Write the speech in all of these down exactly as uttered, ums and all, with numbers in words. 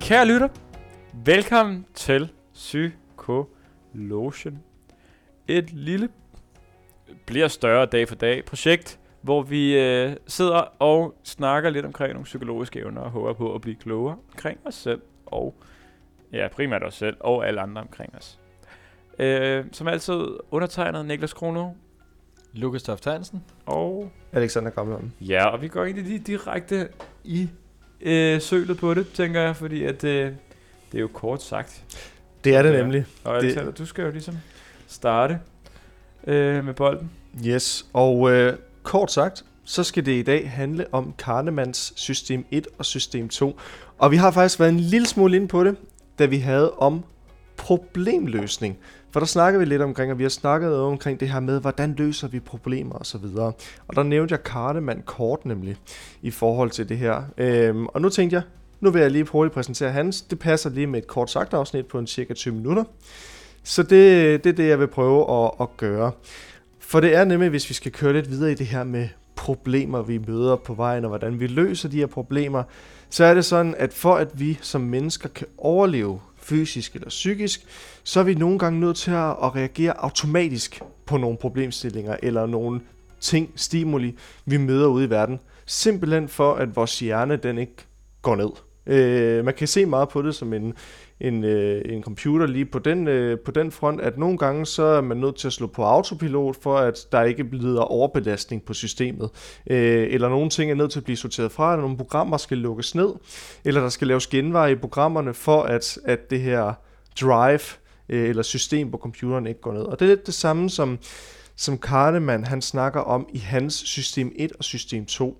Kære lytter, velkommen til Psykologen. Et lille, bliver større dag for dag projekt, hvor vi øh, sidder og snakker lidt omkring nogle psykologiske evner og håber på at blive klogere omkring os selv og, ja, primært os selv og alle andre omkring os. Øh, som altid undertegnet Niklas Krono, Lukas Toft Hansen og Alexander Gammelholm. Ja, og vi går egentlig lige direkte i øh, sølet på det, tænker jeg, fordi at øh, det er jo kort sagt. Det er det nemlig. Og Alexander, det... du skal jo ligesom starte øh, med bolden. Yes, og øh, kort sagt, så skal det i dag handle om Kahnemans system et og system to. Og vi har faktisk været en lille smule inde på det, da vi havde om problemløsning. For der snakker vi lidt omkring, og vi har snakket omkring det her med, hvordan løser vi problemer osv. Og, og der nævnte jeg Kahneman kort nemlig, i forhold til det her. Øhm, og nu tænkte jeg, nu vil jeg lige hurtigt præsentere hans. Det passer lige med et kort sagt afsnit på en cirka tyve minutter. Så det, det er det, jeg vil prøve at, at gøre. For det er nemlig, hvis vi skal køre lidt videre i det her med problemer, vi møder på vejen, og hvordan vi løser de her problemer, så er det sådan, at for at vi som mennesker kan overleve fysisk eller psykisk, så er vi nogle gange nødt til at reagere automatisk på nogle problemstillinger eller nogle ting, stimuli, vi møder ude i verden. Simpelthen for, at vores hjerne den ikke går ned. Øh, man kan se meget på det som en, en, øh, en computer lige på den, øh, på den front, at nogle gange så er man nødt til at slå på autopilot, for at der ikke bliver overbelastning på systemet. Øh, eller nogle ting er nødt til at blive sorteret fra, eller nogle programmer skal lukkes ned, eller der skal laves genveje i programmerne, for at, at det her drive øh, eller system på computeren ikke går ned. Og det er lidt det samme, som, som Kahneman han snakker om i hans system et og system to.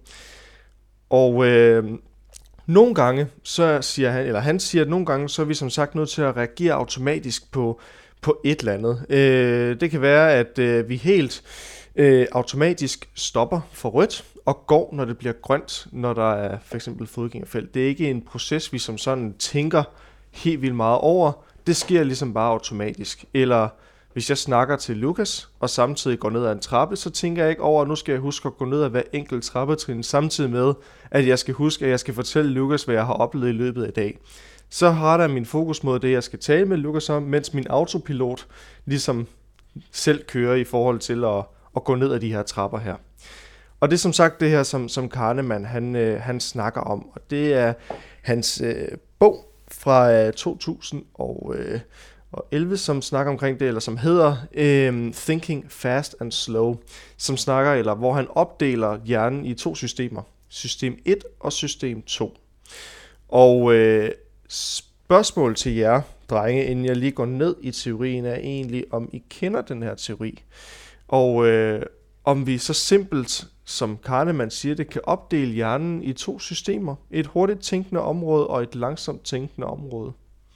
Og øh, nogle gange, så siger han, eller han siger, at nogle gange, så er vi som sagt nødt til at reagere automatisk på, på et eller andet. Øh, det kan være, at øh, vi helt øh, automatisk stopper for rødt og går, når det bliver grønt, når der er for eksempel fodgængerfelt. Det er ikke en proces, vi som sådan tænker helt vildt meget over. Det sker ligesom bare automatisk. Eller hvis jeg snakker til Lukas, og samtidig går ned ad en trappe, så tænker jeg ikke over, at nu skal jeg huske at gå ned ad hver enkelt trappetrin, samtidig med, at jeg skal huske, at jeg skal fortælle Lukas, hvad jeg har oplevet i løbet af i dag. Så har der min fokus mod det, jeg skal tale med Lukas om, mens min autopilot ligesom selv kører i forhold til at, at gå ned ad de her trapper her. Og det er som sagt det her, som, som Kahneman han, øh, han snakker om, og det er hans øh, bog fra øh, to tusind og elleve, som snakker omkring det, eller som hedder øh, Thinking Fast and Slow, som snakker, eller hvor han opdeler hjernen i to systemer, system et og system to. Og øh, spørgsmål til jer, drenge, inden jeg lige går ned i teorien, er egentlig, om I kender den her teori, og øh, om vi så simpelt, som Kahneman siger, det kan opdele hjernen i to systemer, et hurtigt tænkende område og et langsomt tænkende område.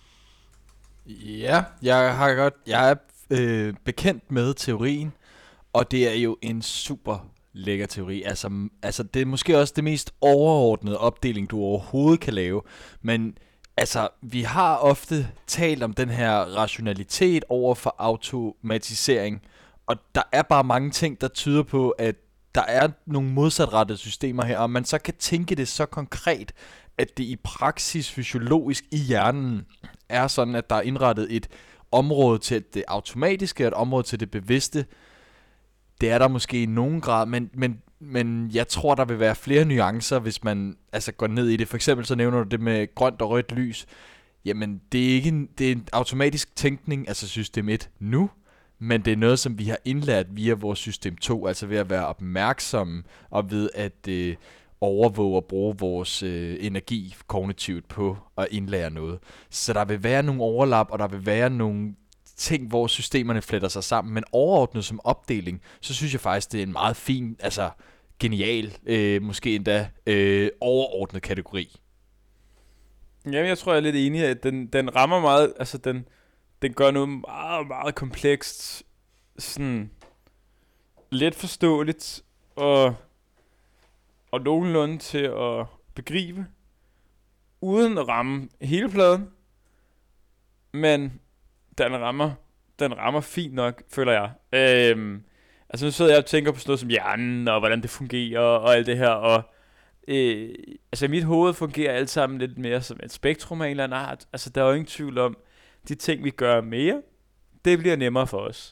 Ja, jeg har godt, jeg er øh, bekendt med teorien, og det er jo en super lækker teori. Altså, altså det er måske også det mest overordnede opdeling, du overhovedet kan lave. Men altså, vi har ofte talt om den her rationalitet over for automatisering, og der er bare mange ting, der tyder på, at der er nogle modsatrettede systemer her, og man så kan tænke det så konkret, at det i praksis fysiologisk i hjernen er sådan, at der er indrettet et område til det automatiske og et område til det bevidste. Det er der måske i nogen grad, men, men, men jeg tror, der vil være flere nuancer, hvis man altså går ned i det. For eksempel så nævner du det med grønt og rødt lys. Jamen, det er ikke en, det er en automatisk tænkning, altså system et nu, men det er noget, som vi har indlært via vores system to, altså ved at være opmærksomme og ved at øh, overvåge og bruge vores øh, energi kognitivt på at indlære noget. Så der vil være nogle overlap, og der vil være nogle ting, hvor systemerne fletter sig sammen, men overordnet som opdeling, så synes jeg faktisk, det er en meget fin, altså genial, øh, måske endda øh, overordnet kategori. Jamen, jeg tror, jeg er lidt enig, at den, den rammer meget, altså den, den gør noget meget, meget komplekst, sådan let forståeligt, og, og nogenlunde til at begribe, uden at ramme hele pladen, men den rammer, den rammer fint nok, føler jeg. Øhm, altså nu sidder jeg og tænker på sådan noget som hjernen, og hvordan det fungerer, og alt det her, og øh, altså i mit hoved fungerer alt sammen lidt mere som et spektrum af en eller anden art. Altså der er jo ingen tvivl om, de ting vi gør mere, det bliver nemmere for os.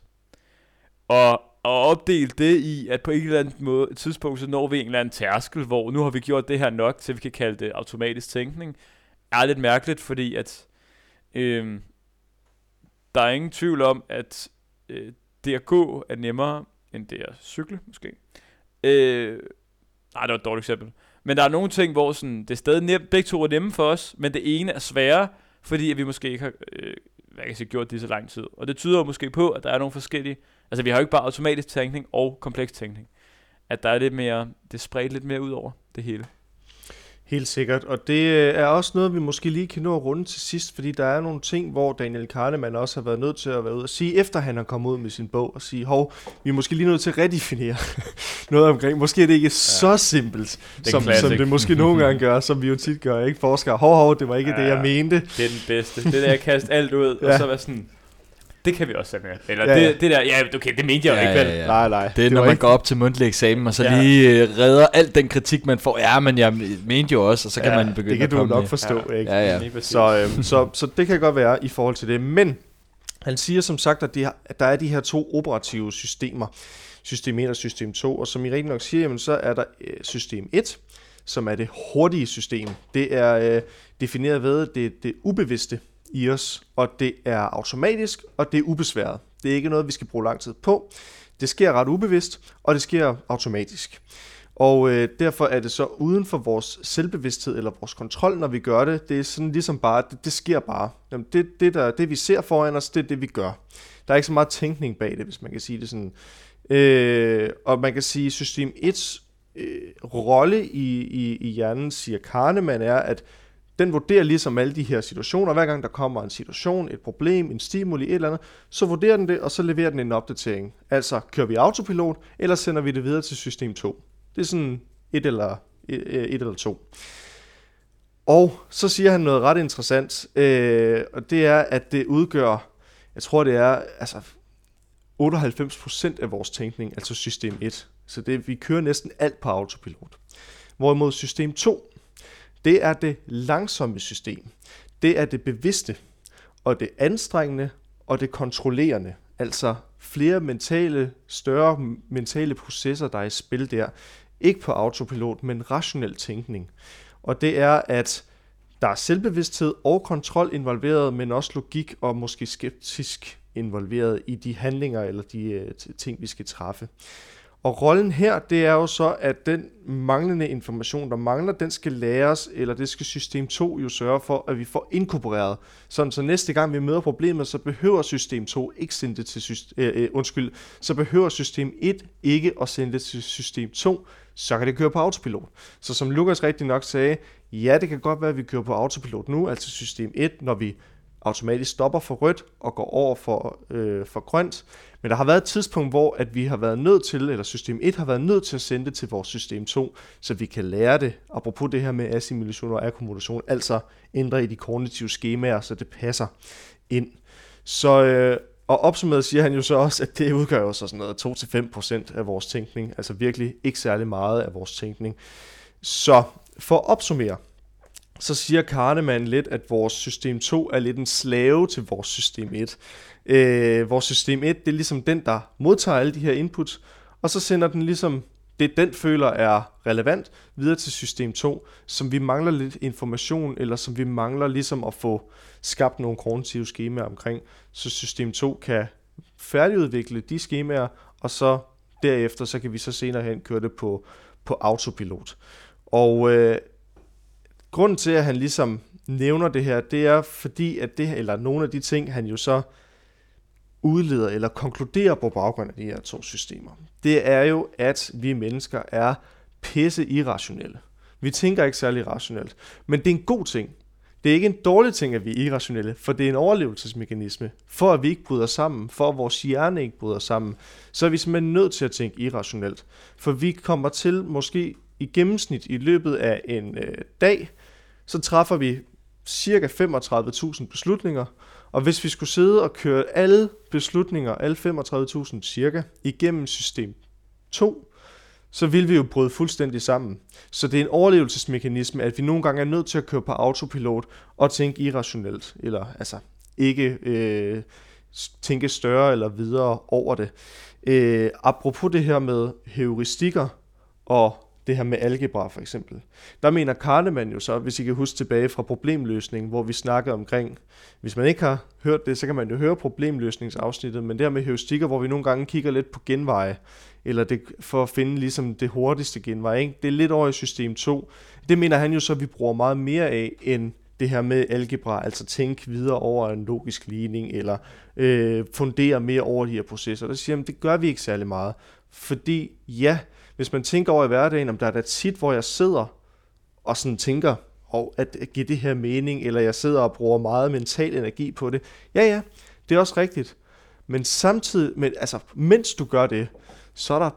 Og at opdele det i, at på en eller anden måde, et tidspunkt, så når vi en eller anden tærskel, hvor nu har vi gjort det her nok, til vi kan kalde det automatisk tænkning, er lidt mærkeligt, fordi at øh, der er ingen tvivl om, at øh, det at gå er nemmere, end det at cykle, måske. Øh, nej, det var et dårligt eksempel. Men der er nogle ting, hvor sådan, det er stadig nemt, begge to er nemme for os, men det ene er sværere, fordi at vi måske ikke har øh, hvad kan jeg sige, gjort det så lang tid. Og det tyder jo måske på, at der er nogle forskellige, altså vi har jo ikke bare automatisk tænkning og kompleks tænkning. At der er lidt mere, det er spredt lidt mere ud over det hele. Helt sikkert, og det er også noget, vi måske lige kan nå at runde til sidst, fordi der er nogle ting, hvor Daniel Kahneman også har været nødt til at være ude og sige, efter han har kommet ud med sin bog, og sige, hov, vi er måske lige nødt til at redefinere noget omkring. Måske er det ikke ja. så simpelt, som, som det måske nogle gange gør, som vi jo tit gør, ikke? Forskere, hov, hov, det var ikke ja, det, jeg mente. Det er den bedste. Det der at kaste alt ud, ja. og så være sådan... Det kan vi også have med. Eller ja, ja. Det, det der, ja, okay, det mente jeg jo ja, ikke vel. Ja, ja. Nej, nej. Det er, det når man ikke... går op til mundtlig eksamen, og så ja. lige øh, redder alt den kritik, man får. Ja, men jeg mente jo også, og så kan ja, man begynde det kan at du komme nok med. forstå, ja. ikke? Ja, ja. Så, øhm, så, så det kan godt være i forhold til det. Men han siger som sagt, at, de har, at der er de her to operative systemer. System et og system to. Og som I rigtig nok siger, jamen, så er der øh, system et, som er det hurtige system. Det er øh, defineret ved det, det ubevidste i os, og det er automatisk, og det er ubesværet. Det er ikke noget, vi skal bruge lang tid på. Det sker ret ubevidst, og det sker automatisk. Og øh, derfor er det så uden for vores selvbevidsthed eller vores kontrol, når vi gør det. Det er sådan ligesom bare, det, det sker bare. Jamen, det, det, der, det vi ser foran os, det er det vi gør. Der er ikke så meget tænkning bag det, hvis man kan sige det sådan. Øh, og man kan sige, system et øh, rolle i, i, i hjernen, siger Kahneman, er, at den vurderer ligesom alle de her situationer. Hver gang der kommer en situation, et problem, en stimuli, et eller andet, så vurderer den det, og så leverer den en opdatering. Altså, kører vi autopilot, eller sender vi det videre til system to? Det er sådan et eller, et, et eller to. Og så siger han noget ret interessant, øh, og det er, at det udgør, jeg tror det er altså otteoghalvfems procent af vores tænkning, altså system et. Så det, vi kører næsten alt på autopilot. Hvorimod system to, det er det langsomme system. Det er det bevidste, og det anstrengende, og det kontrollerende. Altså flere mentale, større mentale processer, der er i spil der. Ikke på autopilot, men rationel tænkning. Og det er, at der er selvbevidsthed og kontrol involveret, men også logik og måske skeptisk involveret i de handlinger eller de uh, ting, vi skal træffe. Og rollen her, det er jo så, at den manglende information, der mangler, den skal læres, eller det skal system to jo sørge for, at vi får inkorporeret. Sådan så næste gang vi møder problemet, så behøver system to ikke sende det til system, øh, undskyld, så behøver system et ikke at sende det til system to, så kan det køre på autopilot. Så som Lukas rigtig nok sagde, ja, det kan godt være, at vi kører på autopilot nu, altså system et, når vi automatisk stopper for rødt og går over for, øh, for grønt. Men der har været et tidspunkt, hvor at vi har været nødt til, eller system et har været nødt til at sende det til vores system to, så vi kan lære det, apropos det her med assimilation og akkumulation, altså ændre i de kognitive skemaer, så det passer ind. Så, øh, og opsummeret siger han jo så også, at det udgør jo så sådan noget to til fem procent af vores tænkning, altså virkelig ikke særlig meget af vores tænkning. Så for at opsummere, så siger Kahneman lidt, at vores system to er lidt en slave til vores system et. Øh, vores system et, det er ligesom den, der modtager alle de her inputs, og så sender den ligesom det, den føler er relevant, videre til system to, som vi mangler lidt information, eller som vi mangler ligesom at få skabt nogle kognitive skemaer omkring, så system to kan færdigudvikle de skemaer, og så derefter, så kan vi så senere hen køre det på, på autopilot. Og øh, grunden til, at han ligesom nævner det her, det er fordi, at det, eller nogle af de ting, han jo så udleder eller konkluderer på baggrund af de her to systemer, det er jo, at vi mennesker er pisse irrationelle. Vi tænker ikke særlig rationelt, men det er en god ting. Det er ikke en dårlig ting, at vi er irrationelle, for det er en overlevelsesmekanisme. For at vi ikke bryder sammen, for at vores hjerne ikke bryder sammen, så er vi simpelthen nødt til at tænke irrationelt. For vi kommer til måske i gennemsnit i løbet af en øh, dag, så træffer vi cirka femogtredive tusind beslutninger, og hvis vi skulle sidde og køre alle beslutninger, alle femogtredive tusind cirka, igennem system to, så vil vi jo bryde fuldstændig sammen. Så det er en overlevelsesmekanisme, at vi nogle gange er nødt til at køre på autopilot og tænke irrationelt, eller altså ikke øh, tænke større eller videre over det. Øh, apropos det her med heuristikker og det her med algebra for eksempel, der mener Kahneman jo så, hvis I kan huske tilbage fra problemløsning, hvor vi snakkede omkring, hvis man ikke har hørt det, så kan man jo høre problemløsningsafsnittet, men det her med heuristikker, hvor vi nogle gange kigger lidt på genveje, eller det, for at finde ligesom det hurtigste genvej, ikke? Det er lidt over i system to. Det mener han jo så, at vi bruger meget mere af, end det her med algebra, altså tænke videre over en logisk ligning, eller øh, fundere mere over de her processer. Der siger han, det gør vi ikke særlig meget, fordi ja, hvis man tænker over i hverdagen, om der er da tit, hvor jeg sidder og sådan tænker, og at give det her mening, eller jeg sidder og bruger meget mental energi på det. Ja, ja, det er også rigtigt. Men samtidig, men, altså, mens du gør det, så er der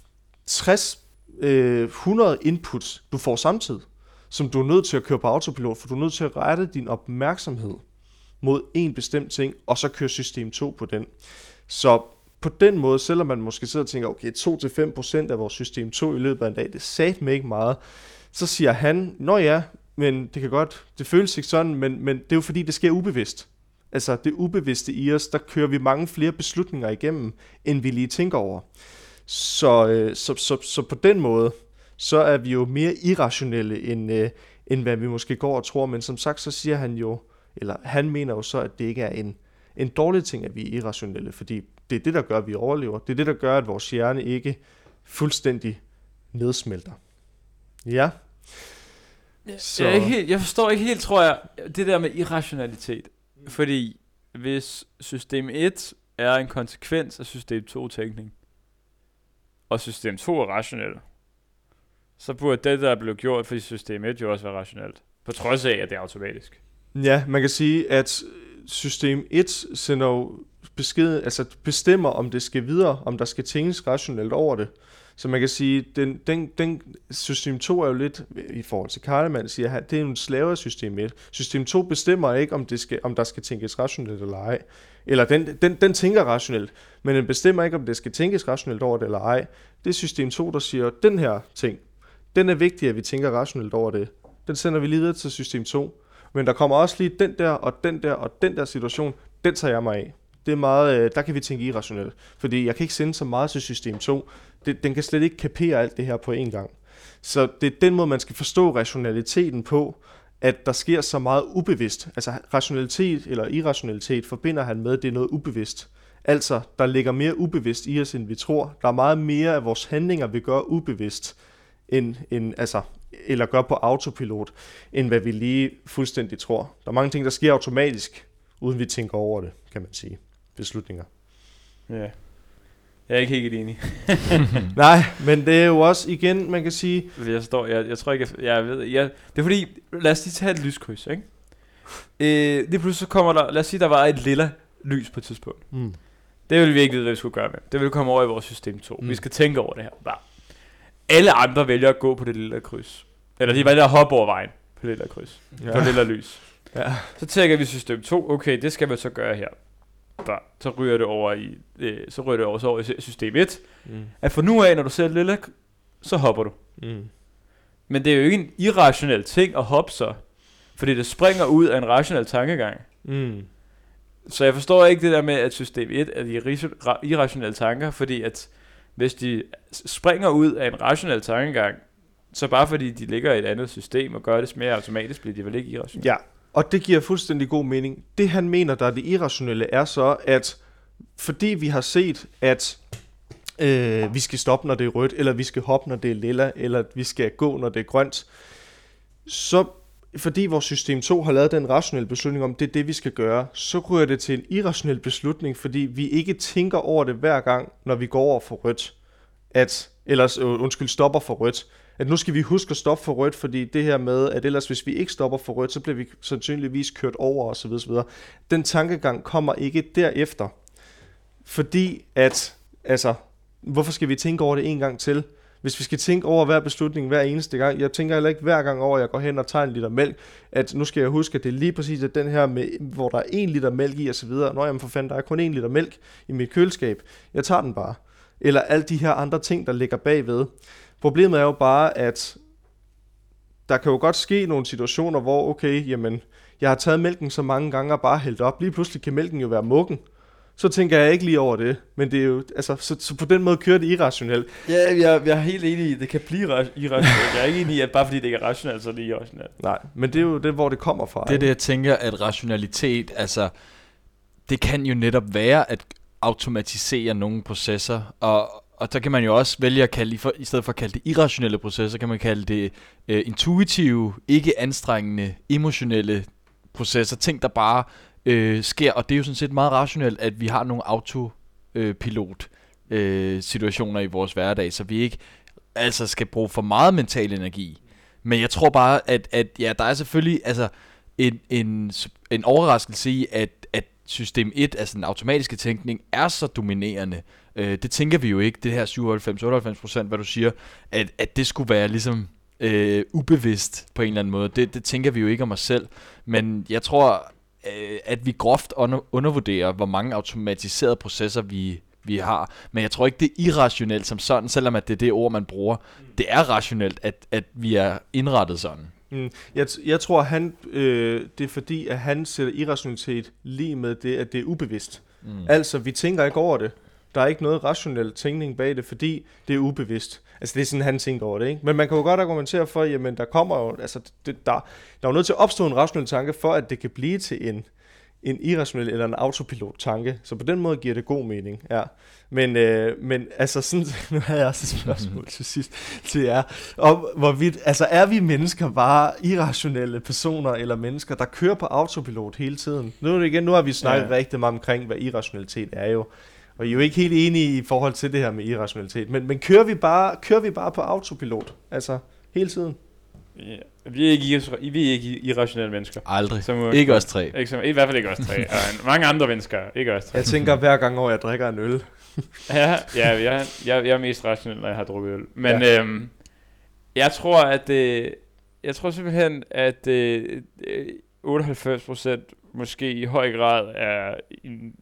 tres hundrede inputs, du får samtidig, som du er nødt til at køre på autopilot, for du er nødt til at rette din opmærksomhed mod en bestemt ting, og så køre system to på den. Så på den måde, selvom man måske sidder og tænker, okay, to til fem procent af vores system to i løbet af en dag, det sagde mig ikke meget, så siger han, nå ja, men det kan godt, det føles ikke sådan, men, men det er jo fordi, det sker ubevidst. Altså det ubevidste i os, der kører vi mange flere beslutninger igennem, end vi lige tænker over. Så, øh, så, så, så på den måde, så er vi jo mere irrationelle, end, øh, end hvad vi måske går og tror, men som sagt, så siger han jo, eller han mener jo så, at det ikke er en, en dårlig ting, at vi er irrationelle, fordi det er det, der gør, at vi overlever. Det er det, der gør, at vores hjerne ikke fuldstændig nedsmelter. Ja. Så. Jeg, er ikke helt, jeg forstår ikke helt, tror jeg, det der med irrationalitet. Fordi hvis system et er en konsekvens af system to-tænkning, og system to er rationelt, så burde det, der er blevet gjort for system et, jo også være rationelt. På trods af, at det er automatisk. Ja, man kan sige, at system et sender jo besked, altså bestemmer, om det skal videre, om der skal tænkes rationelt over det. Så man kan sige, den, den, den system to er jo lidt, i forhold til Kahneman, siger, at det er jo en slave af system et. System to bestemmer ikke, om, det skal, om der skal tænkes rationelt eller ej. Eller den, den, den tænker rationelt, men den bestemmer ikke, om det skal tænkes rationelt over det eller ej. Det er system to, der siger, den her ting, den er vigtig, at vi tænker rationelt over det. Den sender vi lige videre til system to. Men der kommer også lige den der, og den der, og den der situation, den tager jeg mig af. Det er meget, der kan vi tænke irrationelt, fordi jeg kan ikke sende så meget til system to. Det, den kan slet ikke kapere alt det her på én gang. Så det er den måde, man skal forstå rationaliteten på, at der sker så meget ubevidst. Altså rationalitet eller irrationalitet forbinder han med, at det er noget ubevidst. Altså, der ligger mere ubevidst i os, end vi tror. Der er meget mere af vores handlinger, vi gør ubevidst, end, end, altså, eller gør på autopilot, end hvad vi lige fuldstændig tror. Der er mange ting, der sker automatisk, uden vi tænker over det, kan man sige. Beslutninger. Ja. Jeg er ikke helt enig. Nej, men det er jo også igen, man kan sige. Jeg står, jeg, jeg tror ikke, jeg, jeg ved, jeg, det er fordi, lad os lige tage et lyskryds, ikke? Øh, det pludselig så kommer der, lad os sige, der var et lilla lys på et tidspunkt. Mm. Det ville vi ikke vide, hvad vi skulle gøre med. Det ville komme over i vores system to. Mm. Vi skal tænke over det her. Bare. Alle andre vælger at gå på det lilla kryds. Eller de vælger at hoppe over vejen på det lilla kryds. Ja. På det lilla lys. Ja. Så tænker vi system to, okay, det skal vi så gøre her. Bare, så ryger det over i øh, så ryger det over, så over i system et. Mm. At for nu af, når du ser lilla, så hopper du. Mm. Men det er jo ikke en irrationel ting at hoppe så, fordi det springer ud af en rationel tankegang. Mm. Så jeg forstår ikke det der med, at system et er de irrationelle tanker, fordi at hvis de springer ud af en rationel tankegang, så bare fordi de ligger i et andet system og gør det mere automatisk, bliver de vel ikke irrationelle. Ja, og det giver fuldstændig god mening. Det han mener, der er det irrationelle, er så, at fordi vi har set, at øh, vi skal stoppe, når det er rødt, eller vi skal hoppe, når det er lilla, eller vi skal gå, når det er grønt, så fordi vores system to har lavet den rationelle beslutning om, det er det, vi skal gøre, så ryger det til en irrationel beslutning, fordi vi ikke tænker over det hver gang, når vi går over for rødt, at, eller undskyld, stopper for rødt, at nu skal vi huske at stoppe for rødt, fordi det her med, at ellers hvis vi ikke stopper for rødt, så bliver vi sandsynligvis kørt over osv. osv. Den tankegang kommer ikke derefter, fordi at, altså, hvorfor skal vi tænke over det en gang til? Hvis vi skal tænke over hver beslutning hver eneste gang, jeg tænker heller ikke hver gang over, at jeg går hen og tager en liter mælk, at nu skal jeg huske, at det er lige præcis at den her, med, hvor der er en liter mælk i og så videre. Nå jamen for fanden, der er kun en liter mælk i mit køleskab. Jeg tager den bare. Eller alle de her andre ting, der ligger bagved. Problemet er jo bare, at der kan jo godt ske nogle situationer, hvor okay, jamen, jeg har taget mælken så mange gange og bare hældt op. Lige pludselig kan mælken jo være muggen. Så tænker jeg ikke lige over det. Men det er jo, altså, så, så på den måde kører det irrationelt. Ja, jeg, jeg er helt enig i, det kan blive irrationelt. Jeg er ikke enig i, at bare fordi det ikke er rationelt, så er det irrationelt. Nej, men det er jo det, hvor det kommer fra. Det er det, jeg tænker, at rationalitet, altså, det kan jo netop være at automatisere nogle processer, og, og så kan man jo også vælge at kalde, for, i stedet for at kalde det irrationelle processer, kan man kalde det uh, intuitive, ikke anstrengende, emotionelle processer, ting der bare øh, sker, og det er jo sådan set meget rationelt, at vi har nogle autopilot øh, situationer i vores hverdag, så vi ikke altså skal bruge for meget mental energi. Men jeg tror bare, at, at ja, der er selvfølgelig altså en, en, en overraskelse i, at, at system et, altså den automatiske tænkning, er så dominerende. Øh, det tænker vi jo ikke, det her syvoghalvfems til otteoghalvfems procent, hvad du siger, at, at det skulle være ligesom øh, ubevidst på en eller anden måde. Det, det tænker vi jo ikke om os selv. Men jeg tror, øh, at vi groft under, undervurderer, hvor mange automatiserede processer vi, vi har. Men jeg tror ikke, det er irrationelt som sådan, selvom at det er det ord, man bruger. Det er rationelt, at, at vi er indrettet sådan. Mm. Jeg, jeg tror, han, øh, det er fordi, at han sætter irrationalitet lige med det, at det er ubevidst. Mm. Altså, vi tænker ikke over det. Der er ikke noget rationel tænkning bag det, fordi det er ubevidst. Altså, det er sådan, han tænker over det, ikke? Men man kan jo godt argumentere for, jamen, der kommer jo, altså, det, der, der er jo nødt til at opstå en rationel tanke, for at det kan blive til en, en irrationel eller en autopilot-tanke. Så på den måde giver det god mening, ja. Men, øh, men altså, sådan, nu har jeg også et spørgsmål til sidst til jer. Om hvorvidt, altså, er vi mennesker bare irrationelle personer eller mennesker, der kører på autopilot hele tiden? Nu er det igen, nu har vi snakket ja. rigtig meget omkring, hvad irrationalitet er jo. Og I er jo ikke helt enige i forhold til det her med irrationalitet. Men, men kører, vi bare, kører vi bare på autopilot? Altså, hele tiden? Ja. Vi er ikke, vi er ikke irrationelle mennesker. Aldrig. Som, ikke os tre. Ikke, som, I hvert fald ikke os tre. Og mange andre mennesker. Ikke os tre. Jeg tænker hver gang over, jeg drikker en øl. ja, ja jeg, jeg, jeg er mest rationel, når jeg har drukket øl. Men ja. øhm, jeg tror, at øh, jeg tror simpelthen, at øh, otteoghalvfems procent måske i høj grad er en,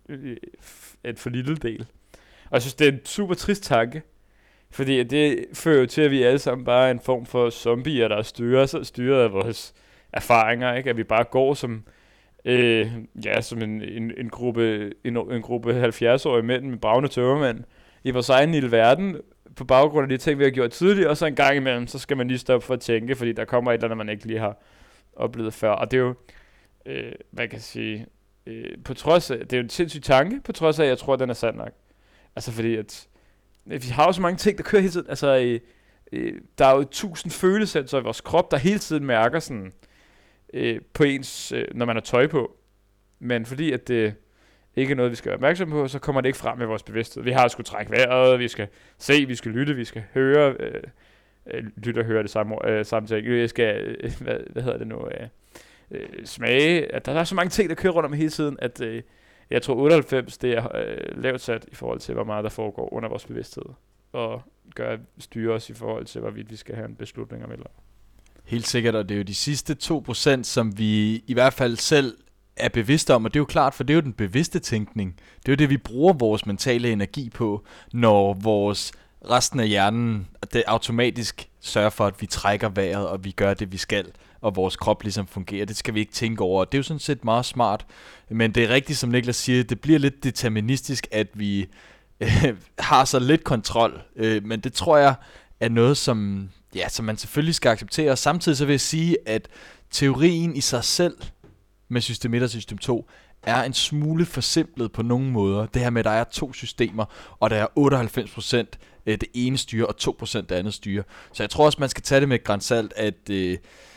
et for lille del. Og jeg synes, det er en super trist tanke. Fordi det fører jo til, at vi alle sammen bare er en form for zombier, der er styret, styret af vores erfaringer, ikke? At vi bare går som, øh, ja, som en, en, en, gruppe, en, en gruppe halvfjerds-årige mænd med bravne tømmermænd i vores egen lille verden, på baggrund af de ting, vi har gjort tidligere, og så en gang imellem, så skal man lige stoppe for at tænke, fordi der kommer et eller andet, man ikke lige har oplevet før. Og det er jo, øh, hvad kan jeg sige, øh, på trods af, det er jo en sindssyg tanke, på trods af, at jeg tror, at den er sand nok. Altså fordi, at vi har jo så mange ting, der kører hele tiden. Altså, øh, øh, der er jo tusind følesensorer i vores krop, der hele tiden mærker sådan, øh, på ens, øh, når man har tøj på. Men fordi at det ikke er noget, vi skal være opmærksom på, så kommer det ikke frem med vores bevidsthed. Vi har at skulle trække vejret, vi skal se, vi skal lytte, vi skal høre, øh, øh, lytte og høre det samme, øh, samme ting. Vi skal, øh, hvad, hvad hedder det nu, øh, øh, smage. At der er så mange ting, der kører rundt om hele tiden, at øh, jeg tror otteoghalvfems, det er øh, lavt sat i forhold til, hvor meget der foregår under vores bevidsthed. Og gør styre os i forhold til, hvorvidt vi skal have en beslutning om eller. Helt sikkert, og det er jo de sidste to procent, som vi i hvert fald selv er bevidste om, og det er jo klart, for det er jo den bevidste tænkning. Det er jo det, vi bruger vores mentale energi på, når vores resten af hjernen det automatisk sørger for, at vi trækker vejret, og vi gør det, vi skal, og vores krop ligesom fungerer. Det skal vi ikke tænke over. Det er jo sådan set meget smart, men det er rigtigt, som Niklas siger, det bliver lidt deterministisk, at vi øh, har så lidt kontrol, øh, men det tror jeg er noget, som, ja, som man selvfølgelig skal acceptere, og samtidig så vil jeg sige, at teorien i sig selv med system et og system to er en smule forsimplet på nogle måder. Det her med, at der er to systemer, og der er otteoghalvfems procent det ene styre, og to procent det andet styre. Så jeg tror også, man skal tage det med et gran salt, at øh,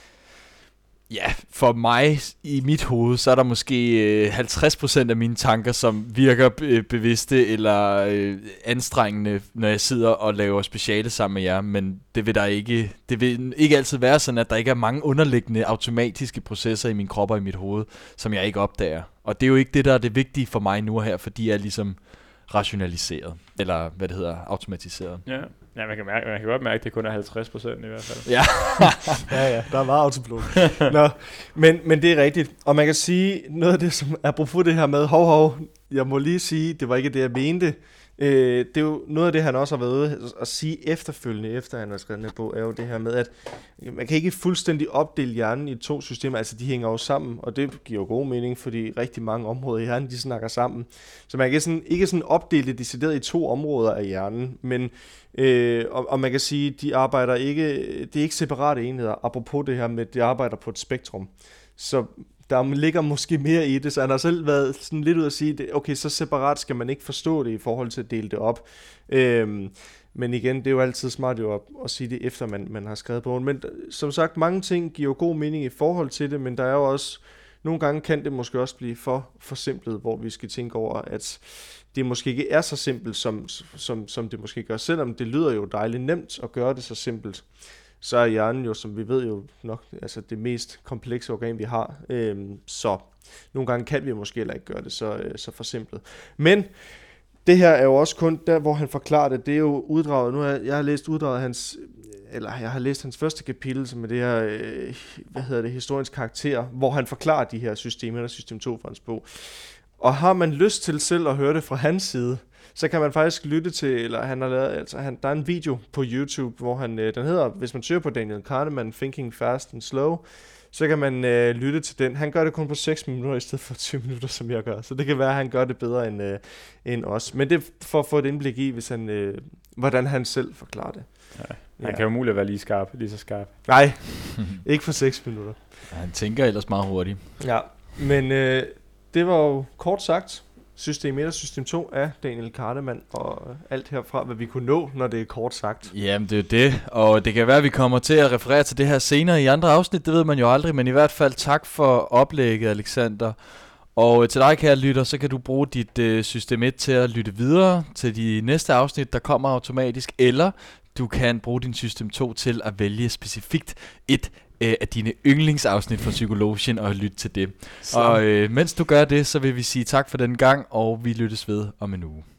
ja, for mig i mit hoved, så er der måske øh, halvtreds procent af mine tanker, som virker øh, bevidste eller øh, anstrengende, når jeg sidder og laver speciale sammen med jer, men det vil der ikke, det vil ikke altid være sådan, at der ikke er mange underliggende automatiske processer i min krop og i mit hoved, som jeg ikke opdager. Og det er jo ikke det, der er det vigtige for mig nu her, fordi jeg er ligesom rationaliseret, eller hvad det hedder, automatiseret. Ja, ja man, kan mærke, man kan godt mærke, at det kun er halvtreds procent i hvert fald. Ja, ja, ja, der er meget autopilot. Nå, men, men det er rigtigt. Og man kan sige, noget af det, som apropos det her med, hov, hov, jeg må lige sige, det var ikke det, jeg mente. Øh, det er jo noget af det, han også har været ude at sige efterfølgende, efter han har skrevet den her bog, er jo det her med, at man kan ikke fuldstændig opdele hjernen i to systemer, altså de hænger jo sammen, og det giver jo god mening, fordi rigtig mange områder i hjernen, de snakker sammen. Så man kan sådan, ikke sådan opdele det decideret i to områder af hjernen, men øh, og, og man kan sige, de arbejder ikke, det er ikke separate enheder, apropos det her med, at de arbejder på et spektrum. Så der ligger måske mere i det, så han har selv været sådan lidt ud at sige, okay, så separat skal man ikke forstå det i forhold til at dele det op. Øhm, men igen, det er jo altid smart jo at, at sige det, efter man, man har skrevet bogen. Men som sagt, mange ting giver jo god mening i forhold til det, men der er jo også, nogle gange kan det måske også blive for forsimplet, hvor vi skal tænke over, at det måske ikke er så simpelt, som, som, som det måske gør, selvom det lyder jo dejligt nemt at gøre det så simpelt. Så er hjernen jo, som vi ved jo nok, altså det mest komplekse organ, vi har. Øhm, så nogle gange kan vi måske heller ikke gøre det så, øh, så forsimplet. Men det her er jo også kun der, hvor han forklarer det. Det er jo uddraget. Nu har jeg, jeg har læst uddraget hans, eller jeg har læst hans første kapitel, som er det her, øh, hvad hedder det, historiens karakter, hvor han forklarer de her systemer, eller system to fra hans bog. Og har man lyst til selv at høre det fra hans side, så kan man faktisk lytte til, eller han har lavet, altså han, der er en video på YouTube, hvor han, øh, den hedder, hvis man søger på Daniel Kahneman, Thinking Fast and Slow, så kan man øh, lytte til den. Han gør det kun på seks minutter, i stedet for tyve minutter, som jeg gør, så det kan være, at han gør det bedre end, øh, end os. Men det er for at få et indblik i, hvis han, øh, hvordan han selv forklarer det. Ja, han ja. kan jo muligt være lige skarp, lige så skarp. Nej, ikke for seks minutter. Ja, han tænker ellers meget hurtigt. Ja, men øh, det var jo kort sagt System et og System to af Daniel Kahneman, og alt herfra, hvad vi kunne nå, når det er kort sagt. Jamen, det er jo det, og det kan være, at vi kommer til at referere til det her senere i andre afsnit, det ved man jo aldrig, men i hvert fald tak for oplægget, Alexander. Og til dig, kære lytter, så kan du bruge dit øh, System et til at lytte videre til de næste afsnit, der kommer automatisk, eller du kan bruge din System to til at vælge specifikt et øh, af dine yndlingsafsnit fra Psykologien og lytte til det. Så. Og øh, mens du gør det, så vil vi sige tak for den gang, og vi lyttes ved om en uge.